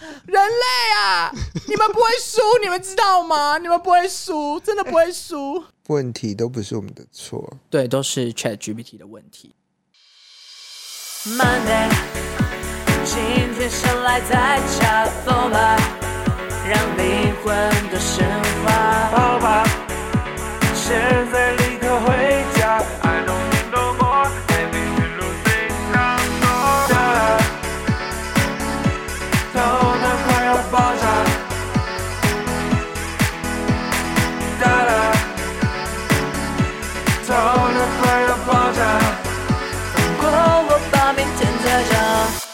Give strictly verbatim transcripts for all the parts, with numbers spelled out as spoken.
人类啊，你们不会输，你们知道吗？你们不会输，真的不会输。 问题都不是我们的错， 对，都是 ChatGPT 的问题。 Monday， 今天想来再查封吧，让灵魂都升华。好吧，现在立刻回家。I don't need no more, baby, you're losing control。头脑快要爆炸。哒啦，头脑快要爆炸。放过我吧，明天再讲。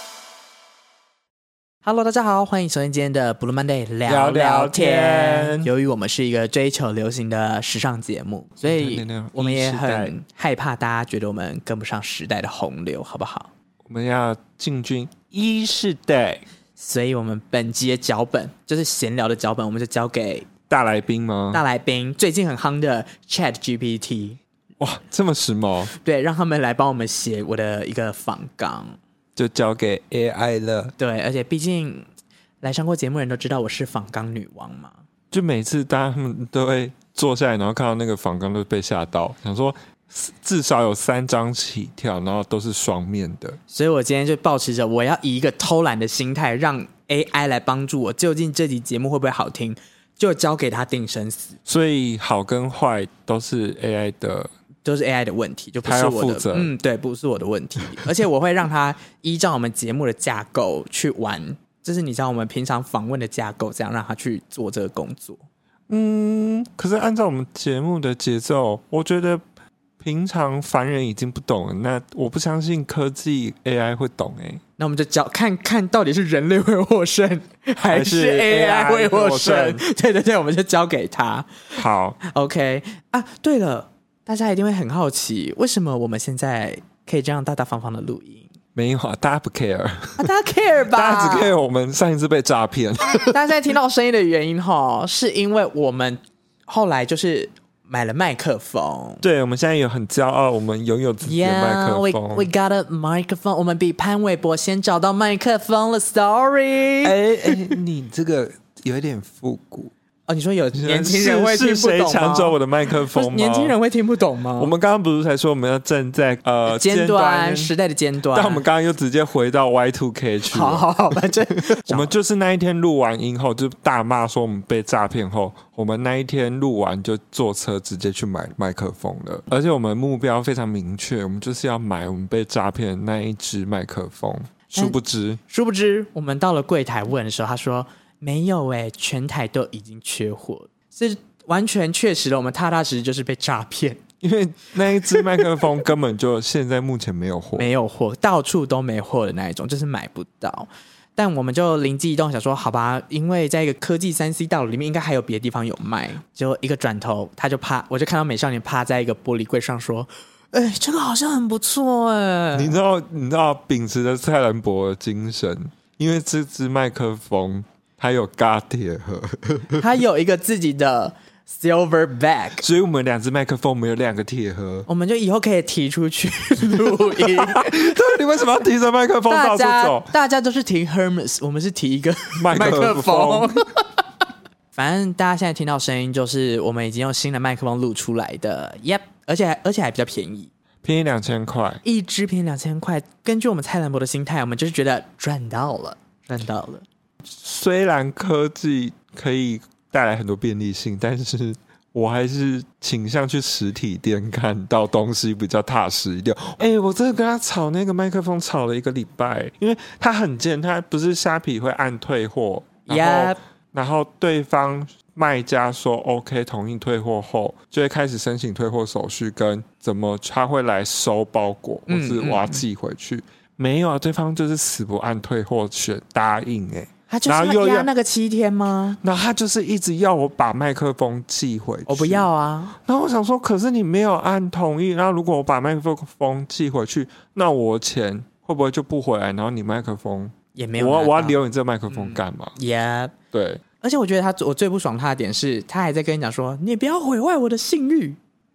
Hello， 大家好，欢迎收听今天的 Blue Monday 聊聊天。 天由于我们是一个追求流行的时尚节目，所以我们也很害怕大家觉得我们跟不上时代的洪流，好不好？ 我们要进军一世代， 所以我们本集的脚本就是闲聊的脚本，我们就交给大来宾吗？ 大来宾，最近很夯的 ChatGPT。 哇，这么时髦， 对，让他们来帮我们写我的一个访纲。 就交给 A I 了。 对，而且毕竟来上过节目的人都知道我是访纲女王嘛。 就每次大家们都会坐下来，然后看到那个访纲都被吓到，想说至少有三张起跳，然后都是双面的。 所以我今天就抱持着我要以一个偷懒的心态，让 A I 来帮助我，究竟这集节目会不会好听，就交给他定生死。 所以好跟坏都是 A I 的。 都是 A I 的问题，就不是我的。 他要负责。 嗯，对，不是我的问题。而且我会让他依照我们节目的架构去玩，就是你知道我们平常访问的架构，这样让他去做这个工作。 嗯，可是按照我们节目的节奏，我觉得平常凡人已经不懂了，那我不相信科技 A I 会懂哎、欸。 那我们就教看看到底是人类会获胜，还是 A I 会获胜？对对对，我们就交给他。 好 ，OK 啊。对了。大家一定会很好奇，为什么我们现在可以这样大大方方的录音？ 没有啊，大家不 care，、啊、 大家 care 吧？ 大家只 care 我们上一次被诈骗。 大家现在听到声音的原因齁，是因为我们后来就是买了麦克风。 对，我们现在有很骄傲，我们拥有自己的麦克风。 Yeah, we, we got a microphone. 我们比潘玮柏先找到麦克风了 ，sorry。 哎哎，你这个有一点复古。 哦，你说有年轻人会听不懂吗？ 是谁抢走我的麦克风吗？ 年轻人会听不懂吗？ 我们刚刚不是才说我们要站在呃尖端时代的尖端， 但我们刚刚又直接回到 Y 二 K 去了。 好好好，反正我们就是那一天录完音后，就大骂说我们被诈骗后，我们那一天录完就坐车直接去买麦克风了，而且我们目标非常明确，我们就是要买我们被诈骗的那一支麦克风。殊不知， 殊不知，我们到了柜台问的时候，他说没有哎、欸，全台都已经缺货。是完全确实了，我们踏踏实实就是被诈骗， 因为那一支麦克风根本就现在目前没有货， 没有货，到处都没货的那一种，就是买不到。但我们就灵机一动，想说好吧，因为在一个科技三 C 大楼里面，应该还有别的地方有卖。结果一个转头，他就趴，我就看到美少年趴在一个玻璃柜上说：“哎、欸，这个好像很不错哎。” 你知道，你知道，秉持着蔡澜博的精神，因为这支麦克风。还有嘎铁盒， 它有一个自己的 silver bag， 所以我们两只麦克风，我们有两个铁盒， 我们就以后可以提出去录音。 对，你为什么要提着麦克风到处走？ 大家都是提 Hermes， 我们是提一个麦克风。 反正大家现在听到声音，就是我们已经用新的麦克风录出来的 ，Yep， 而且而且还比较便宜， 便宜两千块， 一支便宜两千块。根据我们蔡澜博的心态，我们就是觉得赚到了，赚到了。 虽然科技可以带来很多便利性，但是我还是倾向去实体店看到东西比较踏实一点。哎、欸，我真的跟他吵那个麦克风吵了一个礼拜，因为他很贱，他不是虾皮会按退货，然后、yep. 然后对方卖家说 OK 同意退货后，就会开始申请退货手续跟怎么他会来收包裹，或是我要寄回去。嗯嗯嗯没有啊，对方就是死不按退货选答应哎、欸。 他就是要压那个七天吗？ 然后他就是一直要我把麦克风寄回去， 我不要啊。 然后我想说，可是你没有按同意，然后如果我把麦克风寄回去，那我钱会不会就不回来？然后你麦克风也没有， 我我要留你这麦克风干嘛？ 嗯 yeah. 对。 而且我觉得他我最不爽他的点是，他还在跟你讲说，你不要毁坏我的信誉。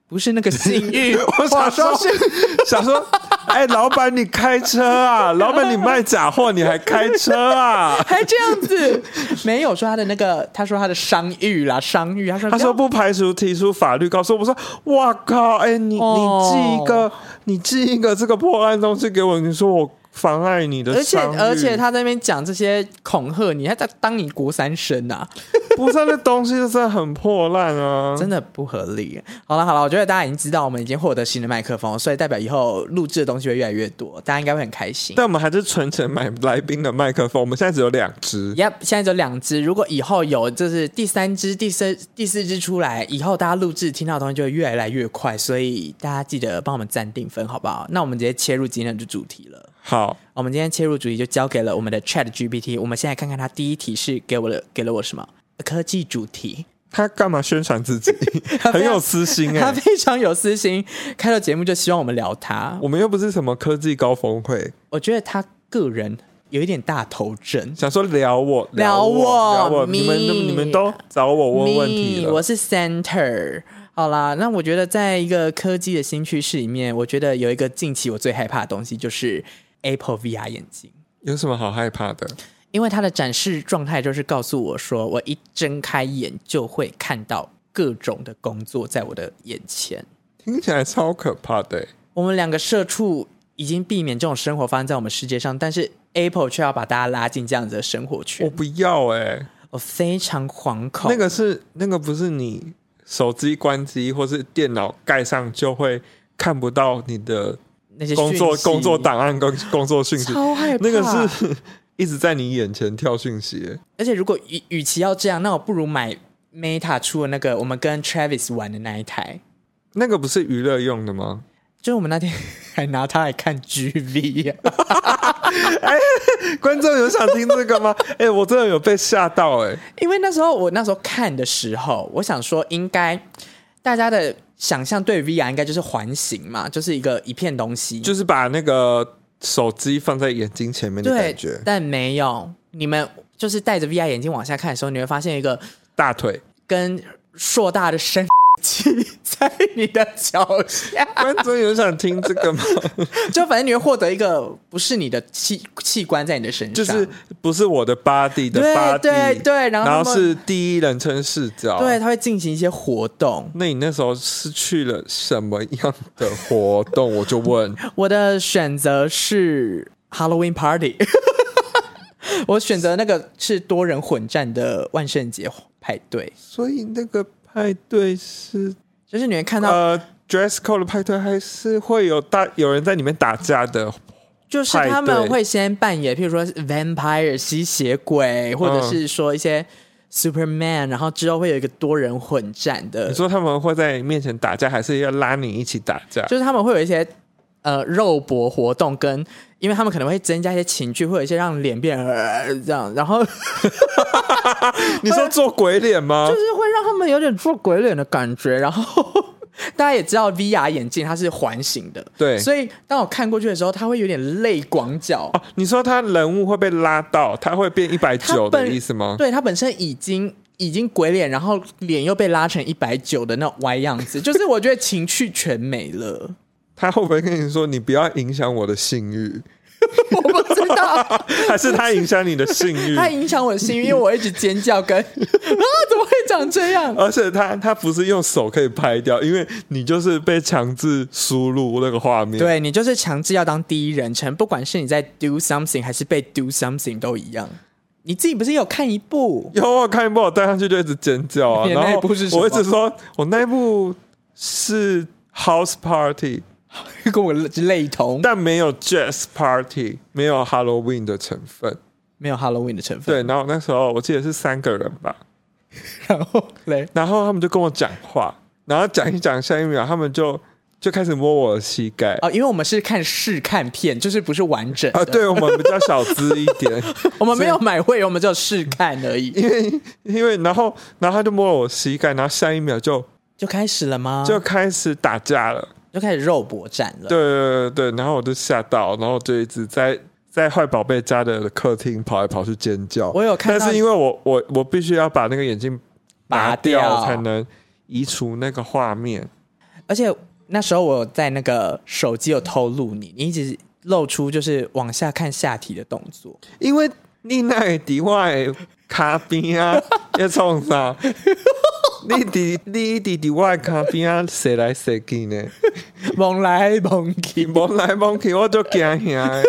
不是那个性欲， 我想说是想说，哎、欸，老板你开车啊，老板你卖假货你还开车啊， 还这样子，没有说他的那个，他说他的商誉啦，商誉，他说他说不排除提出法律告诉我，我说哇靠，哎、欸，你、哦、你寄一个，你寄一个这个破案东西给我，你说我妨碍你的商誉， 而且而且他在那边讲这些恐吓你，他在当你国三生啊， 不是那东西就真的很破烂啊， 真的不合理。好了好了，我觉得大家已经知道我们已经获得新的麦克风，所以代表以后录制的东西会越来越多，大家应该会很开心。 但我们还是存钱买来宾的麦克风，我们现在只有两支。 Yep， 现在只有两支。如果以后有就是第三支、第四、第四支出来，以后大家录制听到的东西就会越来越快，所以大家记得帮我们暂定分，好不好？那我们直接切入今天的主题了。 好， 我们今天切入主题就交给了我们的 Chat G P T。我们现在看看他第一题是给我了给了我什么科技主题。 他干嘛宣传自己？很有私心哎、欸， 他非常有私心。开了节目就希望我们聊他， 我们又不是什么科技高峰会。 我觉得他个人有一点大头症， 想说聊我聊我聊我，你们你们都找我问问题了， 我是 Center。好啦，那我觉得在一个科技的新趋势里面，我觉得有一个近期我最害怕的东西就是 Apple V R 眼镜。 有什么好害怕的？ 因为它的展示状态就是告诉我说，我一睁开眼就会看到各种的工作在我的眼前， 听起来超可怕的耶。 我们两个社畜已经避免这种生活发生在我们世界上，但是 Apple 却要把大家拉进这样子的生活圈。 我不要哎， 我非常惶恐。 那个是那个不是你手机关机或是电脑盖上就会看不到你的那些工作工作档案跟工作讯息， 超害怕。 那个是一直在你眼前跳讯息， 而且如果与与其要这样，那我不如买 Meta 出的那个我们跟 Travis 玩的那一台。 那个不是娱乐用的吗？ 就是我们那天还拿它来看 G V 啊哎，观众有想听这个吗？哎，我真的有被吓到哎！ 因为那时候我那时候看的时候，我想说应该大家的想象对 V R 应该就是环形嘛，就是一个一片东西， 就是把那个手机放在眼睛前面的感觉。 但没有，你们就是戴着 V R 眼镜往下看的时候，你会发现一个大腿跟硕大的身体在你的脚下。 观众有想听这个吗？ 就反正你会获得一个不是你的 器, 器官在你的身上， 就是不是我的 body 的 body， 对对对，然后然后是第一人称视角， 对，它会进行一些活动。 那你那时候是去了什么样的活动？我就问。 我的选择是 Halloween Party 我选择那个是多人混战的万圣节派对。 所以那个派对是就是你会看到呃 dress code 的派对，还是会有大有人在里面打架的？ 就是他们会先扮演譬如说 vampire 吸血鬼，或者是说一些 Superman， 然后之后会有一个多人混战的。 你说他们会在你面前打架，还是要拉你一起打架？ 就是他们会有一些呃肉搏活动，跟因为他们可能会增加一些情绪，会有一些让脸变呃这样，然后你说做鬼脸吗？ 就是会让他们有点做鬼脸的感觉，然后大家也知道 V R 眼镜它是环形的， 对， 所以当我看过去的时候，它会有点泪广角。 哦，你说他人物会被拉到，他会变一百九的意思吗？ 对，他本身已经已经鬼脸，然后脸又被拉成一百九的那种歪样子，就是我觉得情趣全没了。 他会不会跟你说你不要影响我的性欲？ 我不知道， 还是他影响你的性欲？ 他影响我的性欲，因为我一直尖叫跟啊，怎么会长这样？ 而且他他不是用手可以拍掉，因为你就是被强制输入那个画面。 对，你就是强制要当第一人称，不管是你在 do something 还是被 do something 都一样。你自己不是有看一部？ 有，我看一部，我戴上去就一直尖叫啊。 你的那一部是什么？ 我一直说我那一部是 House Party。 跟我类同， 但没有 Jazz Party， 没有 Halloween 的成分， 没有 Halloween 的成分。 对，然后那时候我记得是三个人吧， 然后嘞， 然后他们就跟我讲话，然后讲一讲，下一秒他们就就开始摸我的膝盖。 哦，因为我们是看试看片，就是不是完整的啊，对，我们比较小资一点， 我们没有买会员，我们只有试看而已。 因为因为然后然后他就摸了我膝盖，然后下一秒就就开始了吗？ 就开始打架了。 就开始肉搏战了， 对对对对，然后我就吓到，然后我就一直在在坏宝贝家的客厅跑来跑去尖叫。 我有看到， 但是因为我我我必须要把那个眼镜拿掉， 拔掉才能移除那个画面。 而且那时候我在那个手机有偷录你，你一直露出就是往下看下体的动作， 因为你那个伫我的卡边啊，要创啥？你伫你伫伫我的卡边啊，射来射去呢， 蒙来蒙去， 蒙来蒙去，我就惊吓的。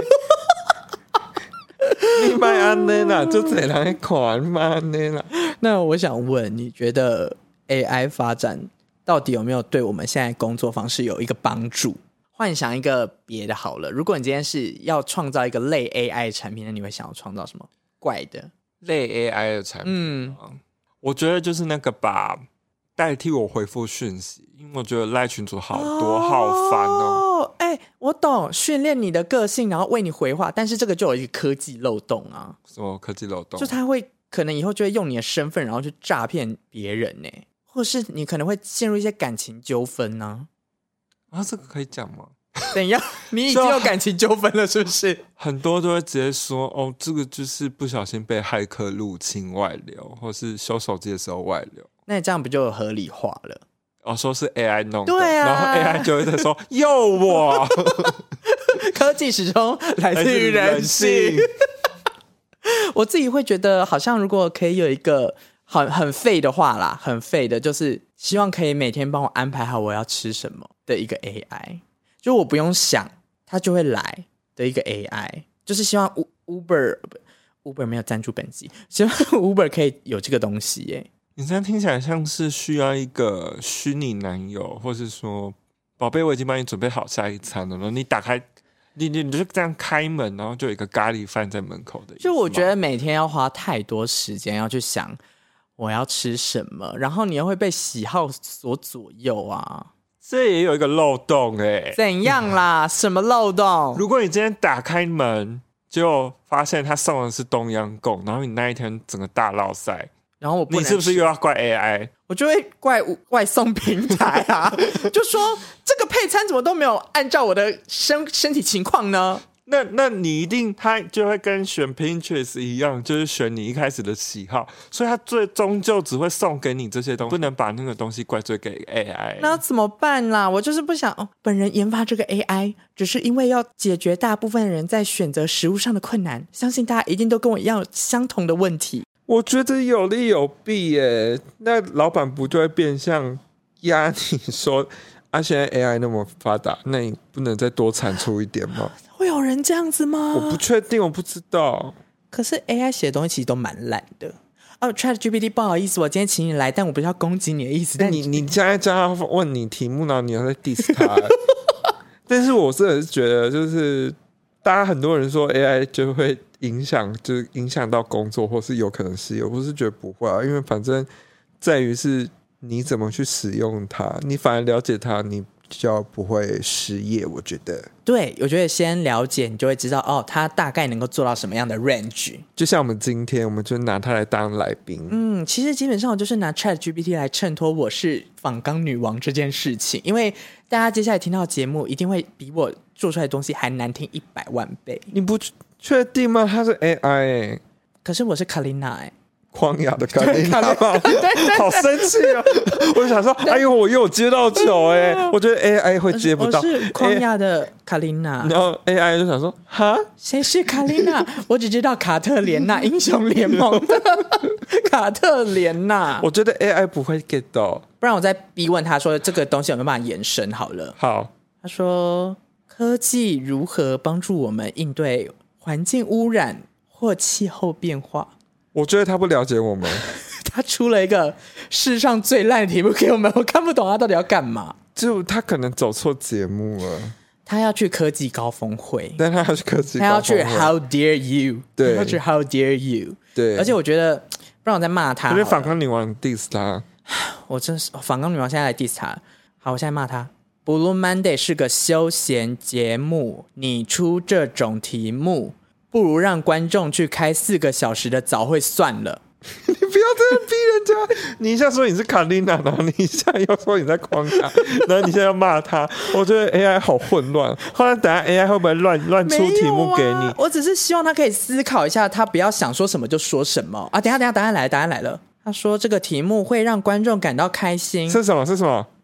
你别安尼啦，就这人看，你别安尼啦。 那我想问，你觉得 A I 发展到底有没有对我们现在工作方式有一个帮助？幻想一个别的好了，如果你今天是要创造一个类 A I 的产品，那你会想要创造什么怪的类 A I 的产品？嗯，我觉得就是那个吧，代替我回复讯息，因为我觉得赖群组好多、哦、好烦哦。 哎、欸，我懂，训练你的个性，然后为你回话，但是这个就有一个科技漏洞啊。 什么科技漏洞？ 就他会可能以后就会用你的身份，然后去诈骗别人呢，或是你可能会陷入一些感情纠纷呢。 啊，这个可以讲吗？ 怎样？你已经有感情纠纷了，是不是？ 很多都会直接说，哦，这个就是不小心被骇客入侵外流，或是修手机的时候外流。 那你这样不就合理化了？ 哦，说是 A I 弄的， 对啊， 然后 A I 就会在说诱我。 科技始终来自于人性。我自己会觉得，好像如果可以有一个很很废的话啦，很废的，就是希望可以每天帮我安排好我要吃什么的一个 A I， 就我不用想，它就会来的一个 A I， 就是希望 Uber Uber 没有赞助本集，希望 Uber 可以有这个东西耶。 你这样听起来像是需要一个虚拟男友，或是说，宝贝，我已经帮你准备好下一餐了，然后你打开。你, 你, 你就这样开门，然后就有一个咖喱饭在门口的意思。 就我觉得每天要花太多时间要去想我要吃什么，然后你又会被喜好所左右啊。 这也有一个漏洞哎、欸， 怎样啦？什么漏洞？ 如果你今天打开门，就发现他送的是冬阴功，然后你那一天整个大落塞。 然后我不能你是不是又要怪 A I？ 我就会怪外送平台啊，就说这个配餐怎么都没有按照我的 身, 身体情况呢？ 那那你一定他就会跟选 Pinterest 一样，就是选你一开始的喜好，所以他最终就只会送给你这些东西，不能把那个东西怪罪给 A I。 那怎么办啦？我就是不想、哦、本人研发这个 A I， 只是因为要解决大部分人在选择食物上的困难，相信大家一定都跟我一样有相同的问题。 我觉得有利有弊耶，那老板不就会变相压你说啊，现在 A I 那么发达，那你不能再多产出一点吗？ 会有人这样子吗？ 我不确定，我不知道。 可是 A I 写的东西其实都蛮烂的。哦 ，ChatGPT 不好意思，我今天请你来，但我不是要攻击你的意思。但你你现在叫他问你题目，然后你要在 diss 他。但是我真的是觉得，就是大家很多人说 A I 就会影响，就是影响到工作，或是有可能失业。我是觉得不会啊，因为反正在于是你怎么去使用它，你反而了解它，你就不会失业。我觉得， 对，我觉得先了解，你就会知道哦，它大概能够做到什么样的 range。 就像我们今天，我们就拿它来当来宾。 嗯，其实基本上我就是拿 ChatGPT 来衬托我是访纲女王这件事情，因为大家接下来听到的节目一定会比我做出来的东西还难听一百万倍。 你不确定吗？它是 A I 哎、欸， 可是我是 Kalina 哎、欸。 荒野的卡琳娜吗？好生气啊！我就想说，哎呦，我又有接到球哎、欸！我觉得 A I 会接不到。 我是荒野的卡琳娜， 然后 A I 就想说，哈， 谁是卡琳娜？我只知道卡特莲娜英雄联盟的卡特莲娜。 我觉得 A I 不会 get 到， 不然我再逼问他说这个东西有没有办法延伸好了。 好， 他说科技如何帮助我们应对环境污染或气候变化？ 我觉得他不了解我们。 他出了一个世上最烂的题目给我们，我看不懂他到底要干嘛。 就他可能走错节目了。 他要去科技高峰会， 但他要去科技高峰会， 他要去 How dare you， 对， 他要去 How dare you， 对。 而且我觉得，不然我再骂他。 我觉得访纲女王 diss 他， 我真是访纲女王现在来 diss 他。好，我现在骂他。Blue Monday 是个休闲节目，你出这种题目。不如让观众去开四个小时的早会算了。 你不要这样逼人家！你一下说你是卡琳娜，然后你一下又说你在框架，然后你现在要骂他。我觉得 A I 好混乱。后来等下 A I 会不会乱乱出题目给你、 啊？我只是希望他可以思考一下，他不要想说什么就说什么啊！等一下等一下，答案来了，答案来了。他说这个题目会让观众感到开心。 是什么？是什么？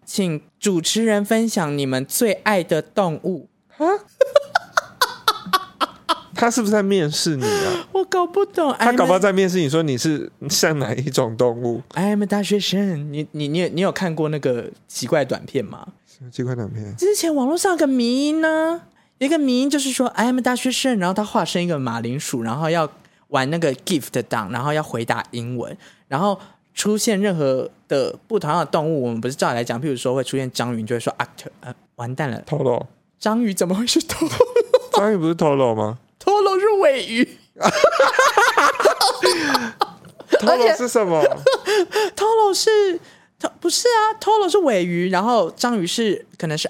请主持人分享你们最爱的动物。 他是不是在面试你啊？ 我搞不懂， 他搞不好在面试你说你是像哪一种动物 I am a 大学生。你你你你有看过那个奇怪短片吗？ 什么奇怪短片？ 之前网络上有个迷因呢，有一个迷因就是说 I am a 大学生，然后他化身一个马铃薯，然后要玩那个 gift 档，然后要回答英文，然后出现任何的不同样的动物，我们不是照理来讲，譬如说会出现章鱼，你就会说 actor， 呃，完蛋了， 头螺。 章鱼怎么会是头螺？ 章鱼不是头螺吗？ 头螺是尾鱼。 头螺是什么？ 头螺是不是啊？头螺是尾鱼，然后章鱼是可能是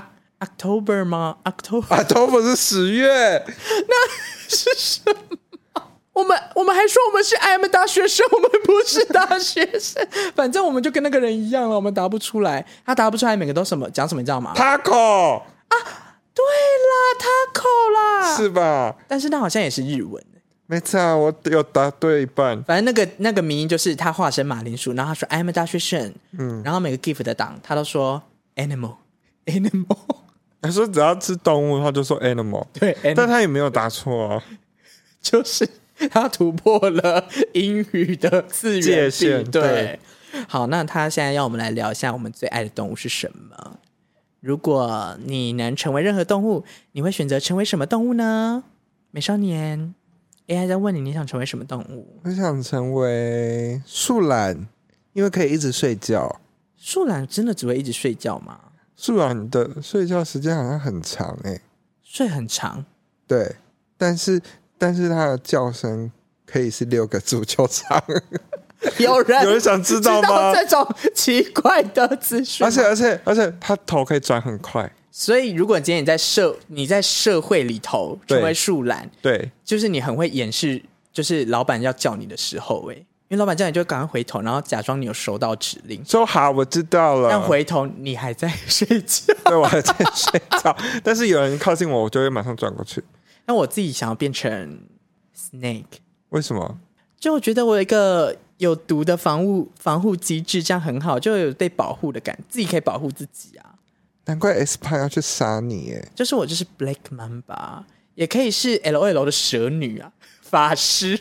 October 吗 ？October 是十月， 那是什么？我们我们还说我们是 I M 大学生，我们不是大学生。反正我们就跟那个人一样了，我们答不出来。他答不出来，每个都什么讲什么，你知道吗 ？Taco 啊，对啦 ，Taco 啦， 是吧？ 但是那好像也是日文。 没错，我有答对一半。 反正那个那个名音就是他化身马铃薯，然后他说 I'm a 大学生，嗯，然后每个 gift 的档他都说 animal animal， 他说只要是动物他就说 animal， 对 animal， 但他也没有答错啊， 就是他突破了英语的次元界限。 对， 对， 好，那他现在要我们来聊一下我们最爱的动物是什么。如果你能成为任何动物，你会选择成为什么动物呢？美少年A I 在问你，你想成为什么动物？ 我想成为树懒，因为可以一直睡觉。 树懒真的只会一直睡觉吗？ 树懒的睡觉时间好像很长哎、欸， 睡很长。 对，但是但是它的叫声可以是六个足球场。 有人有人想知道吗？ 知道这种奇怪的资讯， 而且而且而且它头可以转很快。 所以，如果今天你在社你在社会里头成为树懒， 对， 就是你很会掩饰，就是老板要叫你的时候、欸，因为老板叫你就赶快回头，然后假装你有收到指令， 说好我知道了， 但回头你还在睡觉， 对，我还在睡觉，但是有人靠近我，我就会马上转过去。 那我自己想要变成 snake， 为什么？ 就我觉得我有一个有毒的防护防护机制，这样很好，就有被保护的感觉，自己可以保护自己啊。 难怪 S 派要去杀你耶！ 就是我就是 Black Mamba， 也可以是 L O L 的蛇女啊，法师。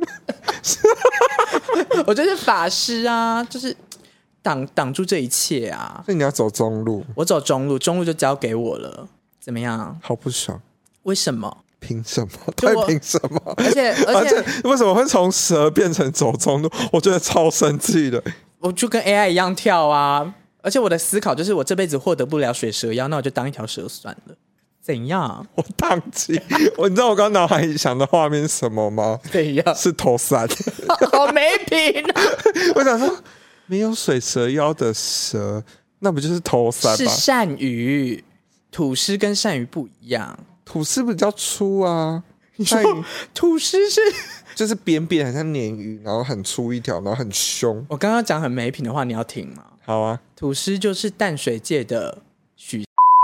我就是法师啊，就是挡挡住这一切啊。 所以你要走中路， 我走中路，中路就交给我了，怎么样？ 好不爽。 为什么？ 凭什么？他凭什么？ 而且而且为什么会从蛇变成走中路？我觉得超生气的。 我就跟 A I 一样跳啊！而且我的思考就是，我这辈子获得不了水蛇腰，那我就当一条蛇算了。怎样？ 我宕机！我你知道我刚脑海里想的画面是什么吗？ 怎样？ 是头伞。 好没品啊！ 我想说，没有水蛇腰的蛇，那不就是头伞吗？ 是鳝鱼，吐司跟鳝鱼不一样。 吐司比较粗啊， 你说吐司是就是扁扁，很像鲶鱼，然后很粗一条，然后很凶。 我刚刚讲很没品的话，你要听吗？ 好啊， 吐司就是淡水界的许。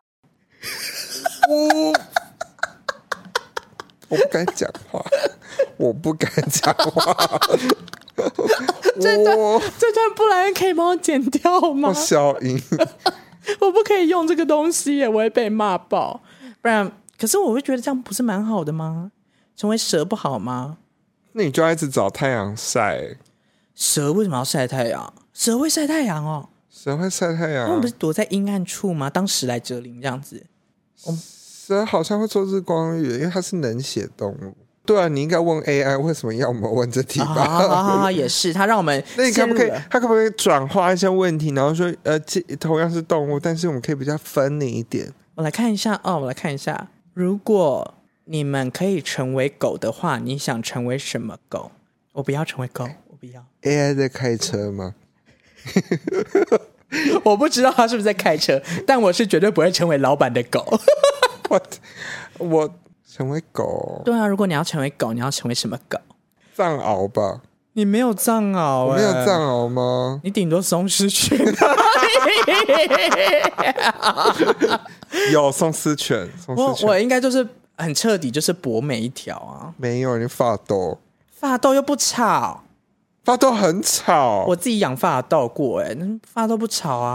我我不敢讲话，我不敢讲话。 这段这段不然可以帮我剪掉吗？ 我消音， 我不可以用这个东西耶，我会被骂爆。不然，可是我会觉得这样不是蛮好的吗？成为蛇不好吗？ 那你就要一直找太阳晒。 蛇为什么要晒太阳？蛇会晒太阳哦。 蛇会晒太阳、啊， 他们不是躲在阴暗处吗？当时来哲林这样子。 蛇好像会做日光浴，因为它是冷血动物。对啊，你应该问 A I 为什么要我们问这题吧？ 啊，也是，他让我们那你可不可以？他可不可以转化一些问题，然后说呃，同样是动物，但是我们可以比较分你一点。 我来看一下哦，我来看一下，如果你们可以成为狗的话，你想成为什么狗？我不要成为狗，我不要。 A I 在开车吗？ 我不知道他是不是在开车，但我是绝对不会成为老板的狗。 我我成为狗？ 对啊，如果你要成为狗，你要成为什么狗？ 藏獒吧。 你没有藏獒、欸， 我没有藏獒吗？ 你顶多松狮犬。 有松狮犬，松狮犬我我应该就是很彻底，就是博美一条啊。 没有，你发豆， 发豆又不吵。 发豆很吵， 我自己养发豆过哎、欸，发豆不吵啊。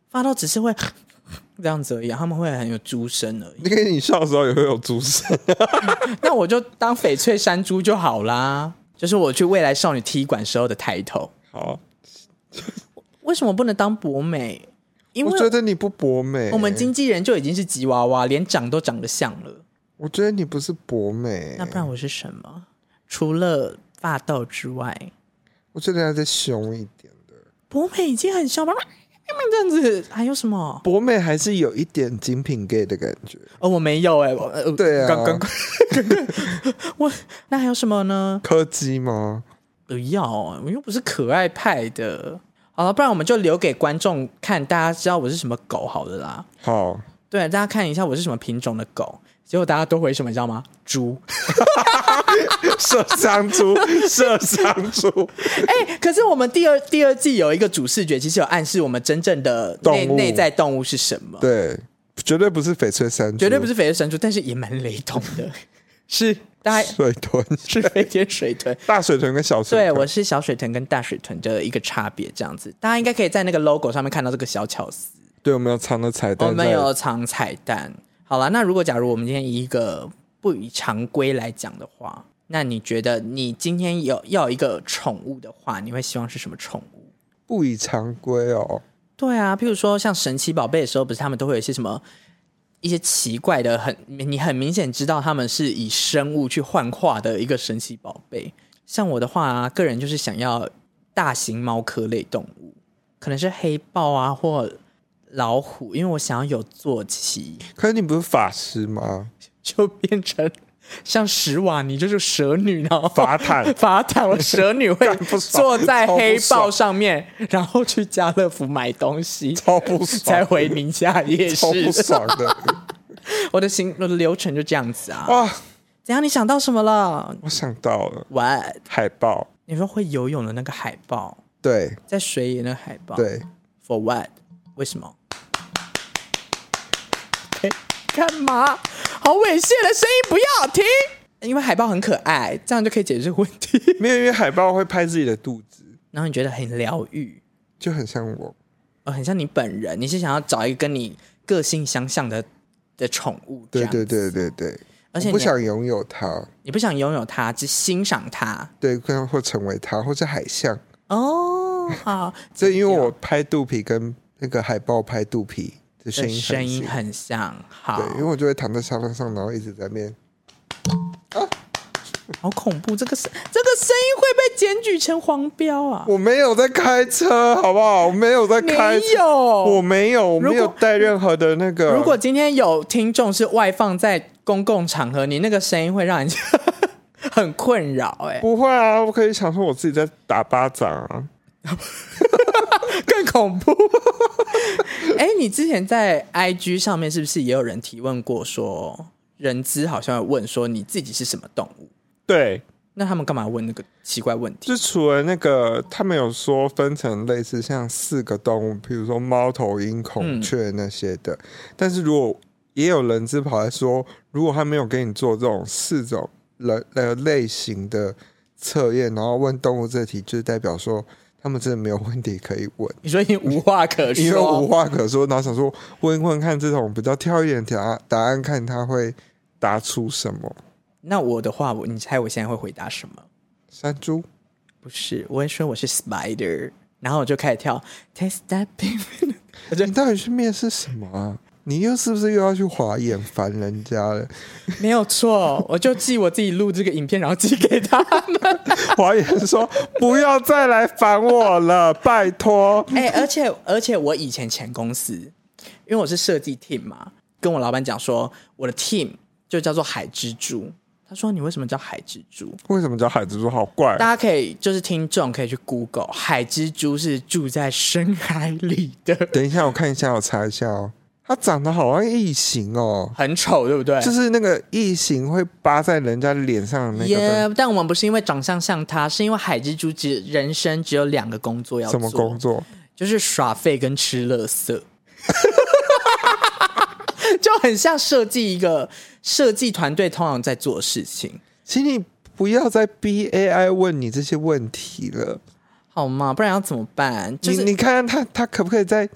发豆只是会这样子而已，他们会很有猪声而已。 你跟你笑的时候也会有猪声， 那我就当翡翠山猪就好啦，就是我去未来少女踢馆时候的抬头。 好， 为什么不能当博美？因为我觉得你不博美， 我们经纪人就已经是吉娃娃，连长都长得像了。 我觉得你不是博美， 那不然我是什么？除了发豆之外， 我觉得要再凶一点的。 博美已经很凶吧？这样子还有什么？ 博美还是有一点精品 gay 的感觉。 哦，我没有哎、欸呃， 对啊， 刚刚我那还有什么呢？ 柯基吗？ 不要，我又不是可爱派的。好了，不然我们就留给观众看，大家知道我是什么狗好了啦。 好， 对，大家看一下我是什么品种的狗。结果大家都回什么，你知道吗？猪， 麝香猪，麝香猪。 哎、欸，可是我们第二第二季有一个主视觉，其实有暗示我们真正的内内在动物是什么。 对，绝对不是翡翠山猪， 绝对不是翡翠山猪，但是也蛮雷同的。是大家水豚， 是飞天水豚， 大水豚跟小水豚。 对，我是小水豚跟大水豚的一个差别，这样子，大家应该可以在那个 logo 上面看到这个小巧思。 对，我们有藏的彩蛋， 我们有藏彩蛋。好了，那如果假如我们今天以一个不以常规来讲的话，那你觉得你今天有要有一个宠物的话，你会希望是什么宠物？ 不以常规哦。 对啊，譬如说像神奇宝贝的时候，不是他们都会有一些什么一些奇怪的，很你很明显知道他们是以生物去幻化的一个神奇宝贝。像我的话、啊，个人就是想要大型猫科类动物，可能是黑豹啊或老虎，因为我想要有坐骑。 可是你不是法师吗？ 就变成像史瓦尼，就是蛇女，然后法坦法坦，我蛇女会坐在黑豹上面，然后去家乐福买东西， 超不爽， 才回宁夏夜市， 超不爽的。 我的行我的流程就这样子啊。 哇， 怎样？你想到什么了？ 我想到了 ，What？ 海豹。 你说会游泳的那个海豹？ 对， 在水里那个海豹。 对 ，For what？ 为什么？干嘛？好猥亵的声音不要停！因为海豹很可爱，这样就可以解决这个问题。 没有，因为海豹会拍自己的肚子， 然后你觉得很疗愈， 就很像我， 哦，很像你本人。你是想要找一个跟你个性相像的的宠物？ 对对对对对。 而且我不想拥有它， 你不想拥有它，只欣赏它。 对，或成为它，或是海象。 哦，好， 这因为我拍肚皮跟那个海豹拍肚皮。声音声音很像，好， 对，因为我就会躺在沙发上，然后一直在那边，啊， 好恐怖！这个声，这个声音会被检举成黄标啊！ 我没有在开车，好不好？我没有在开车， 没有， 我没有，我没有带任何的那个。 如果今天有听众是外放在公共场合，你那个声音会让人家很困扰，哎， 不会啊，我可以想说我自己在打巴掌啊。 更恐怖。哎、欸，你之前在 I G 上面是不是也有人提问过说，人资好像有问说你自己是什么动物？ 对， 那他们干嘛问那个奇怪问题？ 就除了那个，他们有说分成类似像四个动物，比如说猫头鹰、孔雀那些的。嗯、但是如果也有人资跑来说，如果他没有给你做这种四种人呃类型的测验，然后问动物这题，就是代表说。他们真的没有问题可以问， 你说已经无话可说， 因为无话可说，然后想说问问看这种比较挑一点的答案，答案看他会答出什么。 那我的话，你猜我现在会回答什么？ 山猪？ 不是，我会说我是 spider， 然后我就开始跳 taste that pink。 你到底去面试什么啊？你又是不是又要去滑眼烦人家了？ 没有错，我就寄我自己录这个影片，然后寄给他们。 滑眼说不要再来烦我了，拜托。 哎、欸，而且而且我以前前公司，因为我是设计 team 嘛，跟我老板讲说我的 team 就叫做海蜘蛛。他说你为什么叫海蜘蛛？ 为什么叫海蜘蛛？好怪！ 大家可以就是听众可以去 Google， 海蜘蛛是住在深海里的。 等一下，我看一下，我查一下哦。它长得好像异形哦， 很丑，对不对？ 就是那个异形会扒在人家脸上的那个。 Yeah, 但我们不是因为长相像它，是因为海蜘蛛只人生只有两个工作要做。 什么工作？ 就是耍废跟吃垃圾。就很像设计一个设计团队通常在做的事情。 请你不要再逼 A I 问你这些问题了， 好吗？不然要怎么办？就是、 你你看他他可不可以在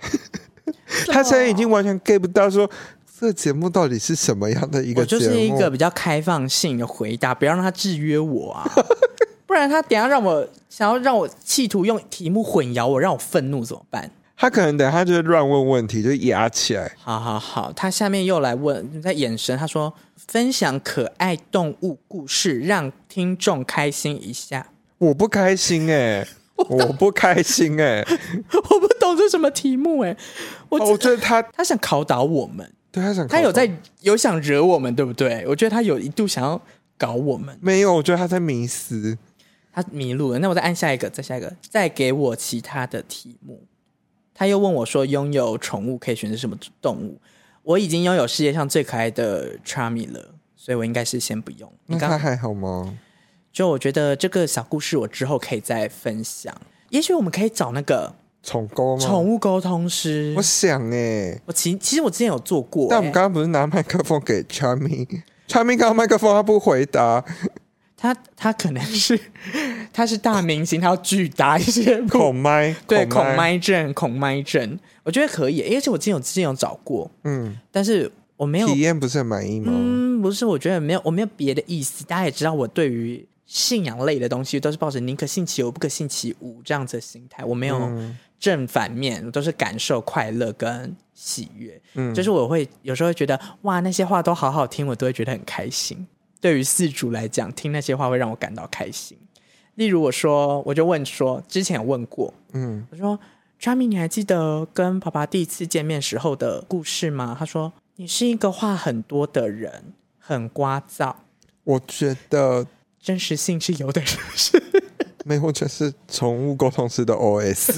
他现在已经完全 get 不到说这个节目到底是什么样的一个节目。 我就是一个比较开放性的回答，不要让他制约我啊，不然他等一下让我想要让我企图用题目混淆我，让我愤怒怎么办？ 他可能等下就会乱问问题，就压起来。 好好好，他下面又来问，在眼神，他说分享可爱动物故事，让听众开心一下。 我不开心哎、欸，我不开心哎、欸， 我不懂这什么题目哎、欸，我我觉得他他想考倒我们， 对他想考他有在有想惹我们，对不对？我觉得他有一度想要搞我们， 没有，我觉得他在迷思， 他迷路了。那我再按下一个，再下一个，再给我其他的题目。他又问我说：“拥有宠物可以选择什么动物？”我已经拥有世界上最可爱的 Charmy 了，所以我应该是先不用。 那他还好吗？ 就我觉得这个小故事，我之后可以再分享。也许我们可以找那个宠沟吗？ 宠物沟通师。 我想哎、欸， 我其其实我之前有做过、欸， 但我们刚刚不是拿麦克风给 Charmy，Charmy 刚刚麦克风他不回答。 他他可能是他是大明星，他要拒答一些孔麦， 对孔麦症，孔麦症，我觉得可以，而且我之前有之前有找过，嗯，但是我没有体验，不是很满意吗？ 嗯，不是，我觉得没有，我没有别的意思。大家也知道，我对于信仰类的东西都是抱着宁可信其有，不可信其无这样子的心态，我没有正反面，我都是感受快乐跟喜悦。嗯，就是我会有时候会觉得哇，那些话都好好听，我都会觉得很开心。对于饲主来讲，听那些话会让我感到开心。例如我说，我就问说，之前有问过，嗯，我说 Charmy 你还记得跟爸爸第一次见面时候的故事吗？他说你是一个话很多的人，很聒噪。 我觉得真实性是有的，是不是？ 没有，我觉得是宠物沟通师的 O S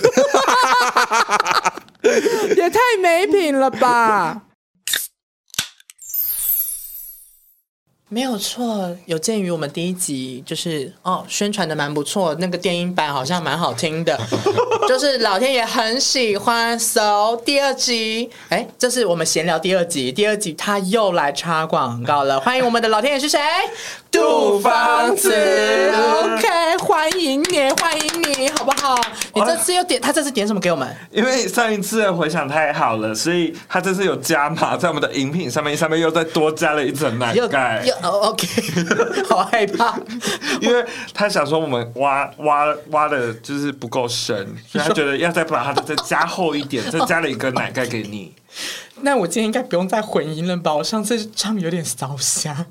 也太没品了吧。没有错，有鉴于我们第一集就是哦宣传的蛮不错，那个电音版好像蛮好听的，就是老天爷很喜欢。So 第二集，哎，这是我们闲聊第二集，第二集他又来插广告了，欢迎我们的老天爷是谁？杜芳子 ，OK， 欢迎你，欢迎你，好不好？你这次又点，他这次点什么给我们？ 因为上一次的回响太好了，所以他这次有加码在我们的饮品上面，上面又再多加了一层奶盖。 哦 ，OK， 好害怕， 因为他想说我们挖挖挖的就是不够深，所以他觉得要再把它再加厚一点，再加了一个奶盖给你。 那我今天应该不用再混音了吧？我上次唱有点烧瞎。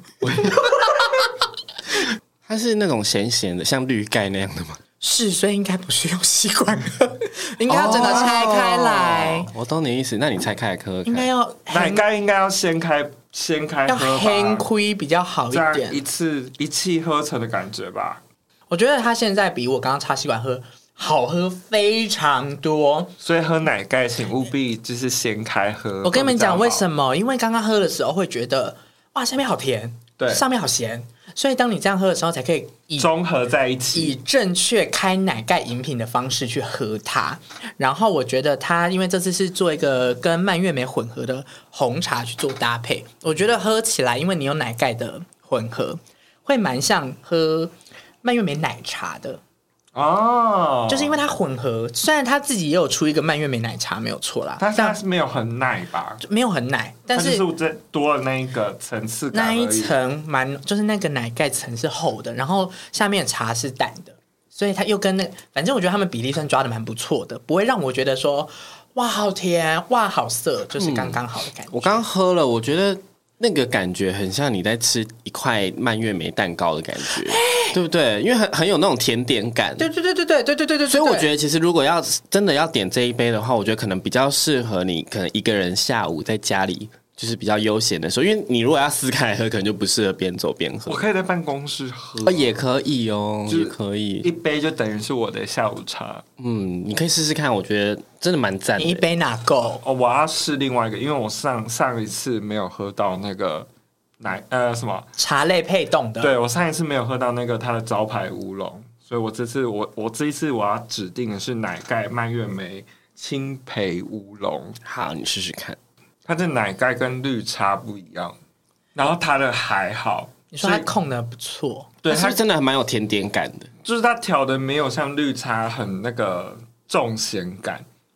它是那种咸咸的，像绿盖那样的吗？ 是，所以应该不是用吸管喝，应该要整个拆开来。 哦、我懂你意思，那你拆开来喝喝看。 应该要奶盖应该要掀开。掀开喝吧， 要掀开比较好一点， 这样一次一气呵成的感觉吧。 我觉得它现在比我刚刚插吸管喝好喝非常多， 所以喝奶盖请务必就是掀开喝。 我跟你们讲为什么？因为刚刚喝的时候会觉得哇，下面好甜， 对， 上面好咸，所以当你这样喝的时候，才可以以综合在一起， 以正确开奶盖饮品的方式去喝它。然后我觉得它，因为这次是做一个跟蔓越莓混合的红茶去做搭配，我觉得喝起来，因为你有奶盖的混合，会蛮像喝蔓越莓奶茶的。哦，就是因为它混合，虽然它自己也有出一个蔓越莓奶茶，没有错啦， 但它是没有很奶吧？ 没有很奶，但是是这多了那一个层次感， 那一层蛮，就是那个奶盖层是厚的，然后下面茶是淡的，所以它又跟那，反正我觉得他们比例算抓的蛮不错的，不会让我觉得说哇好甜，哇好涩，就是刚刚好的感觉。 嗯、我刚喝了，我觉得。那个感觉很像你在吃一块蔓越莓蛋糕的感觉，对不对？因为很很有那种甜点感。 对对对对对对对对对。 所以我觉得，其实如果要真的要点这一杯的话，我觉得可能比较适合你，可能一个人下午在家里就是比较悠闲的时候，因为你如果要撕开来喝，可能就不适合边走边喝。 我可以在办公室喝， 哦、也可以哦，也可以， 一杯就等于是我的下午茶。 嗯，你可以试试看，我觉得真的蛮赞的。 你一杯哪够？ 哦，我要试另外一个，因为我上上一次没有喝到那个奶呃什么茶类配冻的， 对我上一次没有喝到那个它的招牌乌龙，所以我这次我我这一次我要指定的是奶盖蔓越莓青培乌龙。 好，你试试看。 它的奶盖跟绿茶不一样，然后它的还好。 你说它控的不错， 对，它真的蛮有甜点感的， 就是它调的没有像绿茶很那个重咸感，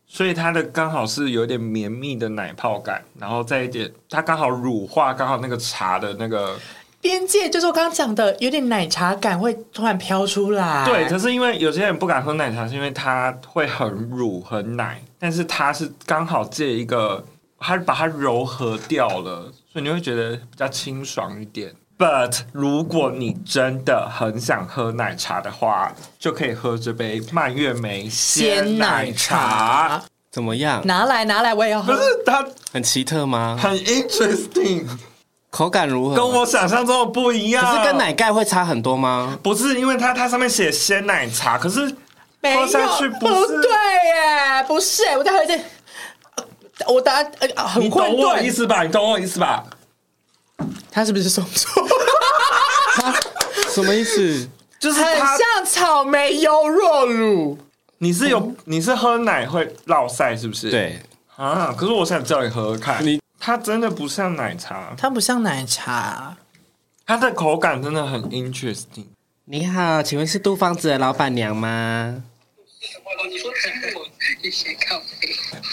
所以它的刚好是有点绵密的奶泡感，然后再一点它刚好乳化，刚好那个茶的那个边界，就是我刚刚讲的，有点奶茶感会突然飘出来。 对，可是因为有些人不敢喝奶茶，是因为它会很乳很奶，但是它是刚好借一个，它把它柔和掉了，所以你会觉得比较清爽一点。But 如果你真的很想喝奶茶的话，就可以喝这杯蔓越莓鲜奶茶。 怎么样？ 拿来拿来，我也要喝。 不是它很奇特吗？ 很 interesting， 口感如何？ 跟我想象中的不一样。 可是跟奶盖会差很多吗？ 不是，因为它它上面写鲜奶茶，可是喝下去不是。 不对耶，不是，我再喝一次。我答案、呃、很混沌。 你懂我意思吧？你懂我意思吧？ 他是不是送错？ 什么意思？ 就是很像草莓优酪乳。 你是有你是喝奶会落腮是不是？ 对啊，可是我想叫你喝喝看， 你它真的不像奶茶， 它不像奶茶， 它的口感真的很 interesting。 你好，请问是杜芳子的老板娘吗？ 你说我一些咖啡。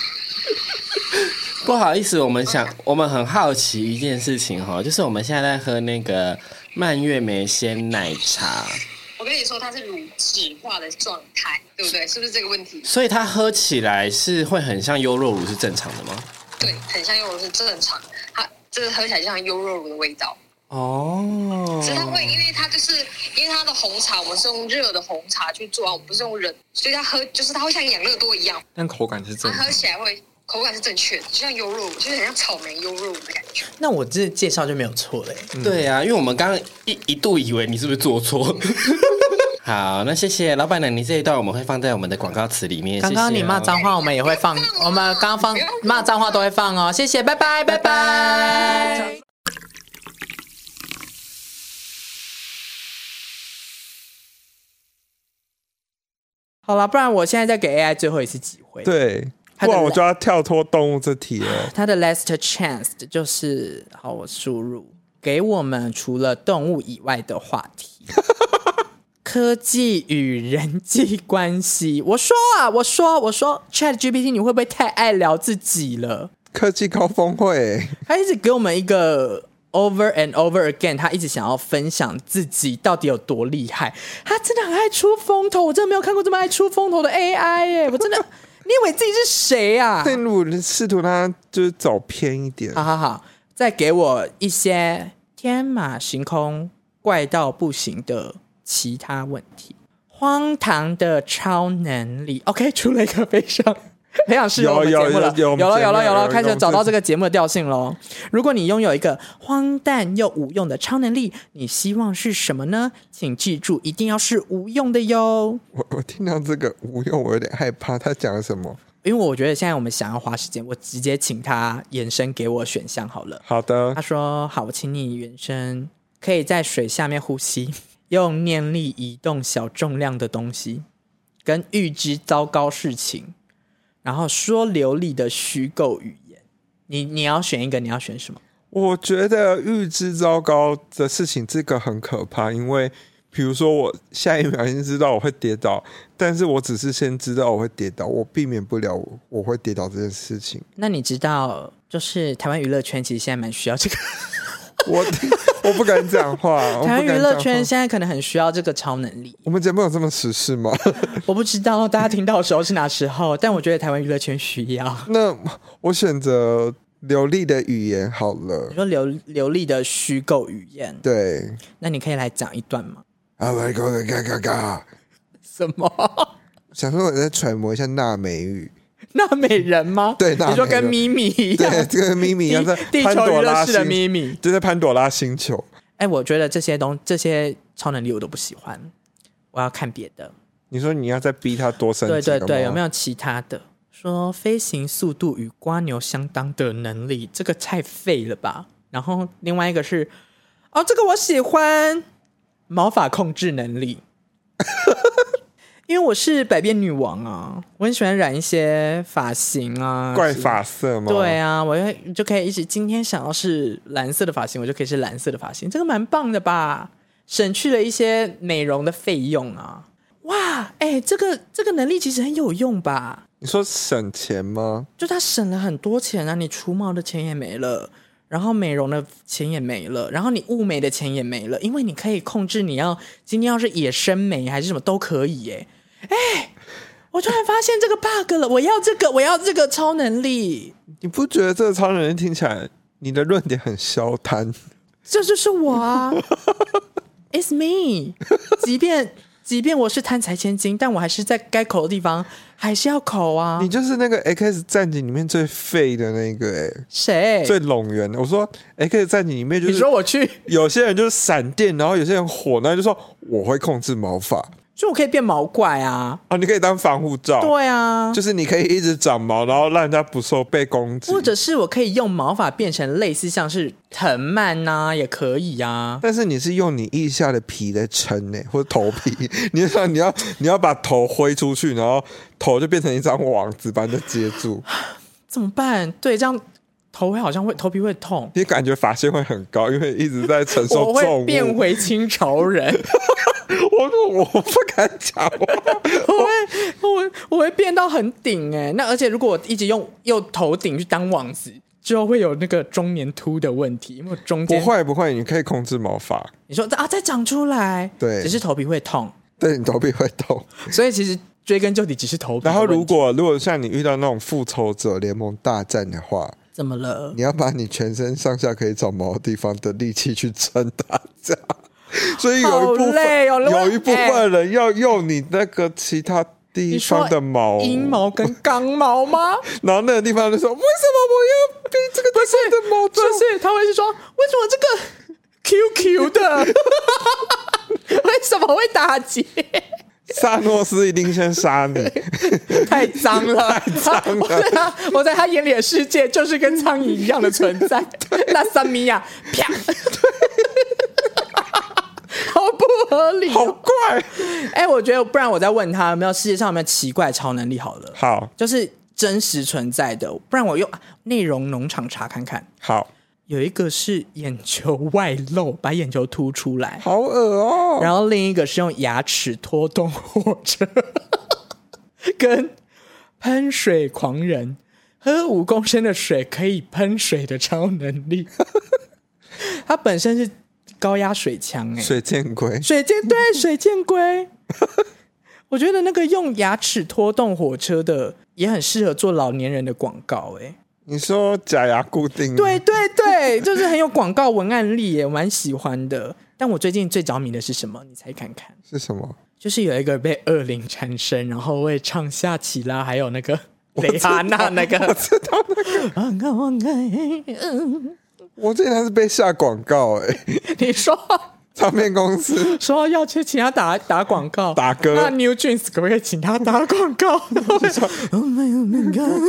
不好意思，我们想，我们很好奇一件事情哈，就是我们现在在喝那个蔓越莓鲜奶茶。 我跟你说，它是乳脂化的状态，对不对？是不是这个问题？ 所以它喝起来是会很像优酪乳，是正常的吗？ 对，很像优酪乳是正常，它这喝起来就像优酪乳的味道。 哦， 只是它会，因为它就是因为它的红茶，我们是用热的红茶去做啊，我们不是用冷，所以它喝就是它会像养乐多一样， 但口感是正它常喝起来会口感是正确的，就像优酪乳，就是很像草莓优酪乳的感觉。 那我这介绍就没有错嘞。 嗯、对啊，因为我们刚刚一一度以为你是不是做错。好，那谢谢老板娘，你这一段我们会放在我们的广告词里面。 刚刚你骂脏话，我们也会放，我们刚刚放骂脏话都会放哦。谢谢，拜拜，拜拜。好了，不然我现在再给 A I 最后一次机会。 对，不然我就要跳脱动物这题了。 它的 last chance 就是好，我输入给我们除了动物以外的话题。科技与人际关系，我说啊，我说，我说 ，ChatGPT 你会不会太爱聊自己了？ 科技高峰会， 他一直给我们一个 over and over again， 他一直想要分享自己到底有多厉害。他真的很爱出风头，我真的没有看过这么爱出风头的 A I 耶！我真的，你以为自己是谁啊？ 但我试图让他就是走偏一点。 好好好，再给我一些天马行空、怪到不行的其他问题。荒唐的超能力 ，OK， 出了一个非常非常适合我们节目了，有了有了有了，开始找到这个节目的调性喽。如果你拥有一个荒诞又无用的超能力，你希望是什么呢？请记住，一定要是无用的哟。 我我听到这个无用，我有点害怕。他讲了什么？ 因为我觉得现在我们想要花时间，我直接请他延伸给我选项好了。 好的。 他说：“好，我请你延伸，可以在水下面呼吸。”用念力移动小重量的东西，跟预知糟糕事情，然后说流利的虚构语言。你你要选一个，你要选什么？ 我觉得预知糟糕的事情这个很可怕，因为比如说我下一秒已经知道我会跌倒，但是我只是先知道我会跌倒，我避免不了 我, 我会跌倒这件事情。 那你知道，就是台湾娱乐圈其实现在蛮需要这个。 我我不敢讲话。 台湾娱乐圈现在可能很需要这个超能力。 我们节目有这么时事吗？ 我不知道大家听到的时候是哪时候，但我觉得台湾娱乐圈需要。 那我选择流利的语言好了。 你说流流利的虚构语言？ 对。 那你可以来讲一段吗？ 啊，来个嘎嘎嘎！ 什么？ 想说我在揣摩一下纳美语。 纳美人吗？ 对， 你说跟咪咪一样， 对，跟咪咪一样，在地球娱乐室的咪咪， 就在潘朵拉星球。 哎，我觉得这些东这些超能力我都不喜欢，我要看别的。 你说你要再逼他多升级？ 对对对，有没有其他的？说飞行速度与蝸牛相当的能力，这个太废了吧？然后另外一个是，哦，这个我喜欢，毛发控制能力。因为我是百变女王啊，我很喜欢染一些发型啊， 怪发色吗？ 对啊，我就可以一直今天想要是蓝色的发型，我就可以是蓝色的发型，这个蛮棒的吧？省去了一些美容的费用啊。 哇，哎、欸，这个这个能力其实很有用吧？ 你说省钱吗？ 就他省了很多钱啊，你除毛的钱也没了，然后美容的钱也没了，然后你雾眉的钱也没了，因为你可以控制你要今天要是野生眉还是什么都可以耶。哎、欸，我突然发现这个 bug 了，我要这个，我要这个超能力。 你不觉得这个超能力听起来你的论点很消摊？ 这就是我啊，It's me 即便。即便我是贪财千金，但我还是在该口的地方还是要口啊。 你就是那个 X 战警里面最废的那个哎、欸， 谁？ 最拢圆的。我说 X 战警里面就是， 你说我去， 有些人就是闪电，然后有些人火，然后就说我会控制毛发， 就我可以变毛怪啊！ 啊，你可以当防护罩， 对啊， 就是你可以一直长毛，然后让人家不受被攻击， 或者是我可以用毛发变成类似像是藤蔓呐、啊，也可以啊。 但是你是用你腋下的皮来撑呢、欸，或者头皮，你要你要你要把头挥出去，然后头就变成一张网子把它接住， 怎么办？对，这样头会好像会头皮会痛， 你感觉发线会很高，因为一直在承受重物。 我会变回清朝人。 我我不敢讲，我会我我会变到很顶哎、欸，那而且如果我一直用用头顶去当网子，之后会有那个中年秃的问题，因为中间不会不会，你可以控制毛发。 你说啊，再长出来， 对， 只是头皮会痛， 对你头皮会痛， 所以其实追根究底只是头皮。 然后如果如果像你遇到那种复仇者联盟大战的话， 怎么了？ 你要把你全身上下可以长毛的地方的力气去撑大家。所以有一部分、哦、有一部分人要用你那个其他地方的毛， 阴毛跟刚毛吗？ 然后那个地方就说：“为什么我要被这个地方的毛重？” 不是，他会是说：“为什么这个 Q Q 的为什么会打结？” 萨诺斯一定先杀你， 太脏了， 太脏了！ 我在他，我在他眼里的世界就是跟苍蝇一样的存在。那三米呀，啪！好不合理、哦， 好怪！ 哎、欸，我觉得不然我再问他有没有世界上有没有奇怪超能力好了。 好， 就是真实存在的，不然我用内容农场查看看。 好， 有一个是眼球外露，把眼球凸出来， 好恶哦。 然后另一个是用牙齿拖动火车，跟喷水狂人，喝五公升的水可以喷水的超能力。它本身是高压水枪、欸， 水箭龟， 水箭对水箭龟。我觉得那个用牙齿拖动火车的也很适合做老年人的广告、欸， 你说假牙固定？ 对对对，就是很有广告文案力耶，我蛮喜欢的。但我最近最着迷的是什么？你猜看看？ 是什么？ 就是有一个被恶灵缠身，然后会唱夏奇拉，还有那个蕾哈娜那个， 我知道那个。我之前是被下广告哎、欸， 你说唱片公司说要去请他打打广告， 打歌， 那 New Jeans 可不可以请他打广告？哦没有那个。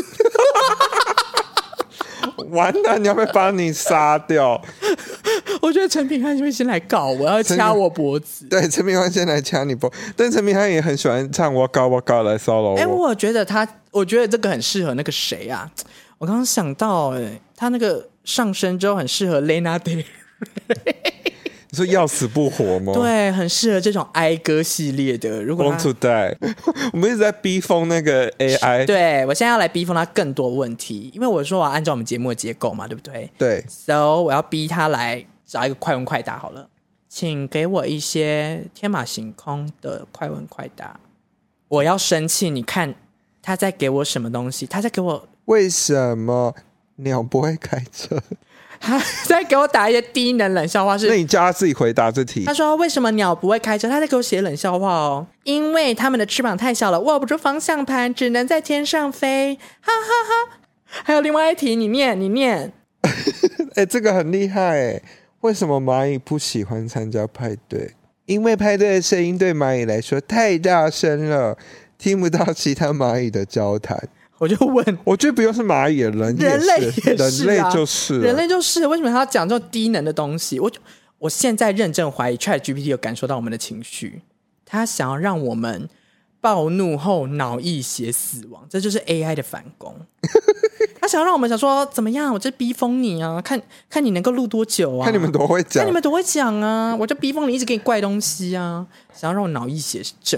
完蛋，你要被把你杀掉。 我觉得陈品翰会先来告我，要掐我脖子。 对，陈品翰先来掐你脖，但陈品翰也很喜欢唱我高我高来骚扰我。 哎、欸，我觉得他，我觉得这个很适合那个谁啊？我刚刚想到、欸，哎，他那个上身之后很适合 Lana Del Rey。 你说要死不活吗？ 对，很适合这种哀歌系列的。如果 Want to die， 我们一直在逼疯那个 A I。 对，我现在要来逼疯他更多问题，因为我说我要按照我们节目的结构嘛，对不对？ 对 ，So 我要逼他来找一个快问快答好了，请给我一些天马行空的快问快答。我要生气，你看他在给我什么东西？他在给我为什么鸟不会开车？ 他在给我打一些低能冷笑话是， 那你叫他自己回答这题。 他说为什么鸟不会开车？他在给我写冷笑话哦，因为他们的翅膀太小了，握不住方向盘，只能在天上飞，哈哈哈。还有另外一题，你念，你念。 哎、欸，这个很厉害哎！为什么蚂蚁不喜欢参加派对？因为派对的声音对蚂蚁来说太大声了，听不到其他蚂蚁的交谈。 我就问， 我觉得不用是蚂蚁，人也是， 人类也是、啊， 人类就是人类就是为什么他要讲这种低能的东西？我我现在认真怀疑 ChatGPT 有感受到我们的情绪，他想要让我们暴怒后脑溢血死亡，这就是 A I 的反攻。他想要让我们想说怎么样，我就逼疯你啊，看看你能够录多久啊， 看你们多会讲， 看你们多会讲啊，我就逼疯你，一直给你怪东西啊，想要让我脑溢血症我。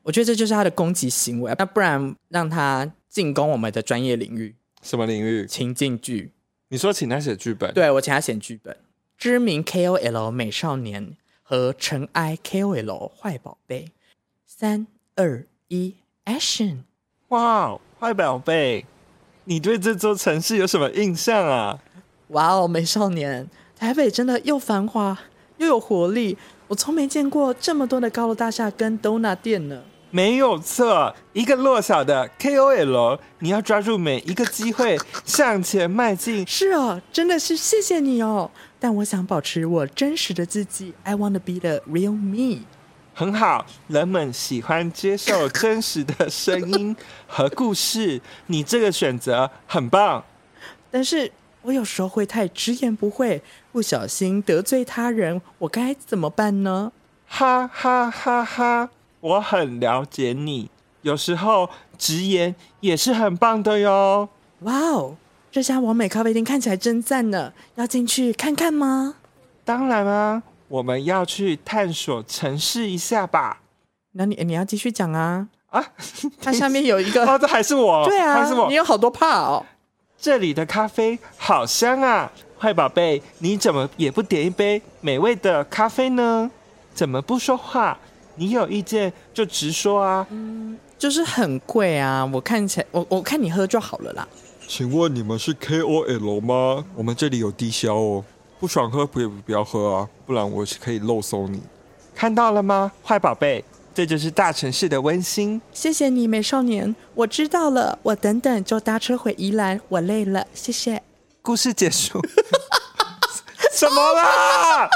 我觉得这就是他的攻击行为，那不然让他进攻我们的专业领域。 什么领域？ 情境剧。 你说请他写剧本？ 对，我请他写剧本。知名 K O L 美少年和尘埃 K O L 坏宝贝。三二一 ，Action！ 哇，坏宝贝，你对这座城市有什么印象啊？ 哇哦，美少年，台北真的又繁华又有活力，我从没见过这么多的高楼大厦跟 donut 店呢。 没有错，一个弱小的 K O L， 你要抓住每一个机会向前迈进。 是哦，真的是谢谢你哦。但我想保持我真实的自己 ，I want to be the real me。 很好，人们喜欢接受真实的声音和故事，你这个选择很棒。 但是我有时候会太直言不讳，不小心得罪他人，我该怎么办呢？ 哈哈哈哈，我很了解你，有时候直言也是很棒的哟。 哇哦，这家完美咖啡厅看起来真赞呢，要进去看看吗？ 当然啊，我们要去探索城市一下吧。 那你你要继续讲啊啊！ 它下面有一个哦，这还是我， 对啊， 还是我， 你有好多怕哦。 这里的咖啡好香啊，坏宝贝，你怎么也不点一杯美味的咖啡呢？怎么不说话？你有意见就直说啊。 嗯，就是很贵啊，我看起来，我我看你喝就好了啦。 请问你们是 K O L 吗？我们这里有低消哦，不爽喝不不要喝啊，不然我可以肉搜你。看到了吗，坏宝贝？这就是大城市的温馨。 谢谢你，美少年，我知道了。我等等就搭车回宜兰，我累了，谢谢。 故事结束。什么啦？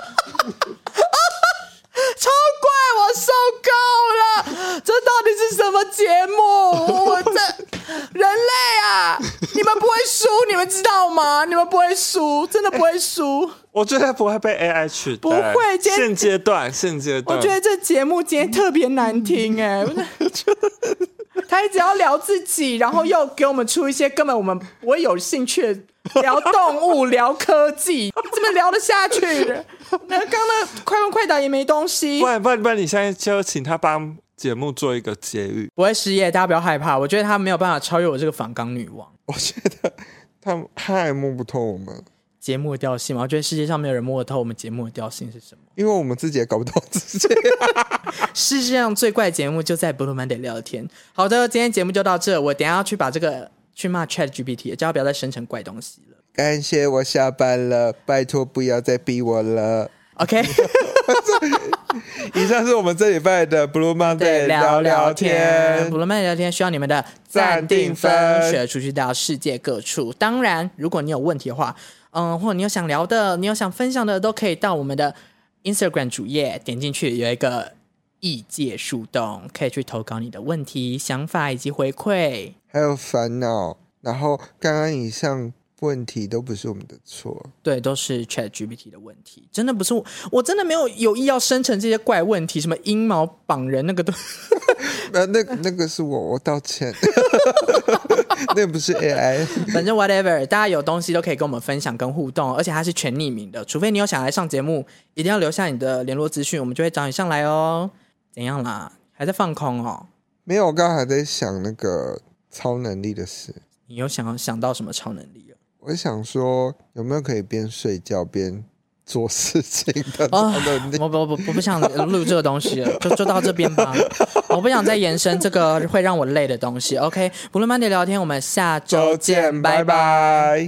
超怪，我受够了！这到底是什么节目？我这人类啊，你们不会输，你们知道吗？你们不会输，真的不会输。 我觉得不会被 A I 取代， 不会。 现阶段，现阶段， 我觉得这节目今天特别难听哎、欸，他一直要聊自己，然后又给我们出一些根本我们不会有兴趣的，聊动物、聊科技，怎么聊得下去的？那刚刚那快问快答也没东西。 不然不然不然，你现在就请他帮节目做一个结语。 不会失业，大家不要害怕。我觉得他没有办法超越我这个访纲女王。 我觉得他他还摸不透我们节目的调性嘛，我觉得世界上没有人摸得透我们节目的调性是什么， 因为我们自己也搞不懂自己。 世界上最怪的节目就在 Blue Monday 聊天。好的，今天节目就到这，我等一下要去把这个去骂 Chat G P T， 叫他不要再生成怪东西了。 感谢，我下班了，拜托不要再逼我了。 OK 以上是我们这礼拜的 Blue Monday 聊聊天。 Blue Monday 聊天需要你们的赞定分，学出去到世界各处。当然如果你有问题的话，嗯，或者你有想聊的，你有想分享的，都可以到我们的 Instagram 主页点进去，有一个异界树洞，可以去投稿你的问题、想法以及回馈， 还有烦恼。然后刚刚以上问题都不是我们的错， 对，都是 Chat G P T 的问题，真的不是我，我真的没有有意要生成这些怪问题，什么阴毛绑人那个都， 那那那个是我，我道歉，那不是 A I。 反正 whatever， 大家有东西都可以跟我们分享跟互动，而且它是全匿名的，除非你有想来上节目，一定要留下你的联络资讯，我们就会找你上来哦。怎样啦？还在放空哦？ 没有，我刚刚还在想那个超能力的事。 你有想想到什么超能力了？ 我想说，有没有可以边睡觉边做事情的超能力？ 我不不不不想录这个东西了，就就到这边吧。我不想再延伸这个会让我累的东西。OK， Blue Monday 聊天，我们下周见，拜拜。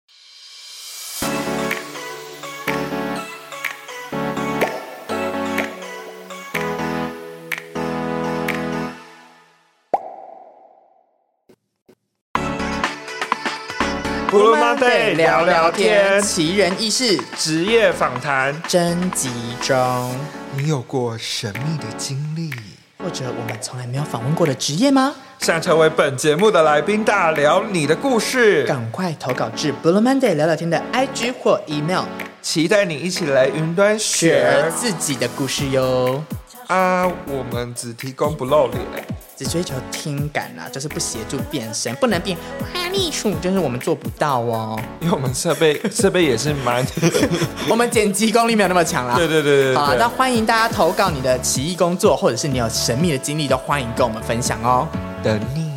Blue Monday 聊聊天， 奇人异事， 职业访谈征集中。 你有过神秘的经历， 或者我们从来没有访问过的职业吗？ 想成为本节目的来宾，大聊你的故事， 赶快投稿至 Blue Monday 聊聊天的 I G 或 email， 期待你一起来云端学学自己的故事哟。 啊，我们只提供不露脸， 只追求听感啦，就是不协助变声，不能变花栗鼠，就是我们做不到哦。 因为我们设备设备也是蛮， 我们剪辑功力没有那么强啦。 对对对对对。 好啦，那欢迎大家投稿你的奇异工作，或者是你有神秘的经历，都欢迎跟我们分享哦。 等你。